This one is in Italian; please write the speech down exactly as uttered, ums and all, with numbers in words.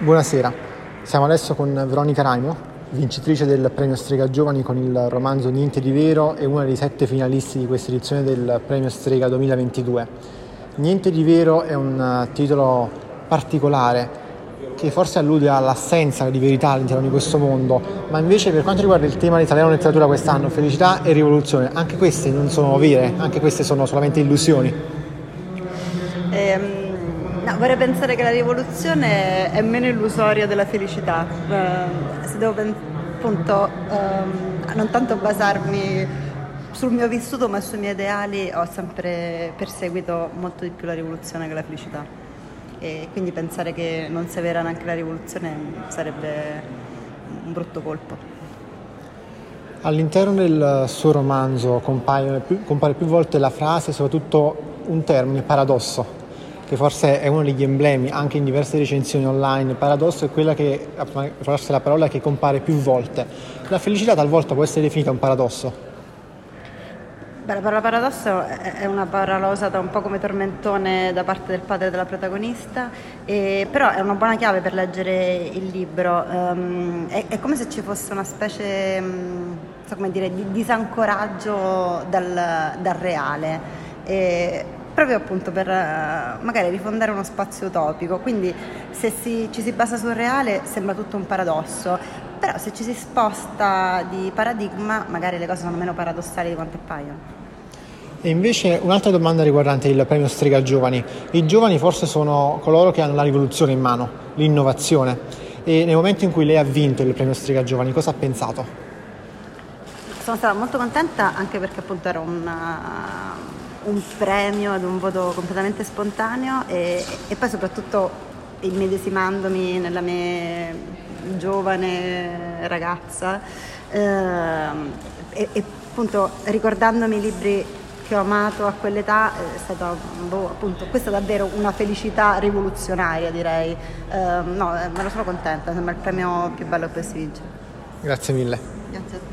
Buonasera, siamo adesso con Veronica Raimo, vincitrice del Premio Strega Giovani con il romanzo Niente di Vero e una dei sette finalisti di questa edizione del Premio Strega duemilaventidue. Niente di Vero è un titolo particolare che forse allude all'assenza di verità all'interno di questo mondo, ma invece per quanto riguarda il tema dell'italiano letteratura quest'anno, felicità e rivoluzione, anche queste non sono vere, anche queste sono solamente illusioni. Ehm... No, vorrei pensare che la rivoluzione è meno illusoria della felicità. Uh, se devo pen- appunto um, non tanto basarmi sul mio vissuto ma sui miei ideali, ho sempre perseguito molto di più la rivoluzione che la felicità, e quindi pensare che non sia vera neanche la rivoluzione sarebbe un brutto colpo. All'interno del suo romanzo compare più, compare più volte la frase, soprattutto un termine, paradosso, che forse è uno degli emblemi, anche in diverse recensioni online. Paradosso è quella che, forse la parola che compare più volte. La felicità talvolta può essere definita un paradosso. Beh, la parola paradosso è una parola usata un po' come tormentone da parte del padre della protagonista, e, però è una buona chiave per leggere il libro. Um, è, è come se ci fosse una specie, um, so come dire, di disancoraggio dal, dal reale. E, proprio appunto per uh, magari rifondare uno spazio utopico, quindi se si, ci si basa sul reale sembra tutto un paradosso, però se ci si sposta di paradigma magari le cose sono meno paradossali di quanto appaiono. E invece un'altra domanda riguardante il premio Strega Giovani. I giovani forse sono coloro che hanno la rivoluzione in mano, l'innovazione, e nel momento in cui lei ha vinto il premio Strega Giovani cosa ha pensato? Sono stata molto contenta, anche perché appunto era una un premio ad un voto completamente spontaneo, e, e poi soprattutto immedesimandomi nella mia giovane ragazza eh, e, e appunto ricordandomi i libri che ho amato a quell'età, è stata boh, appunto questa è davvero una felicità rivoluzionaria, direi. Eh, no, me ne sono contenta, sembra il premio più bello che si vince. Grazie mille. Grazie a te.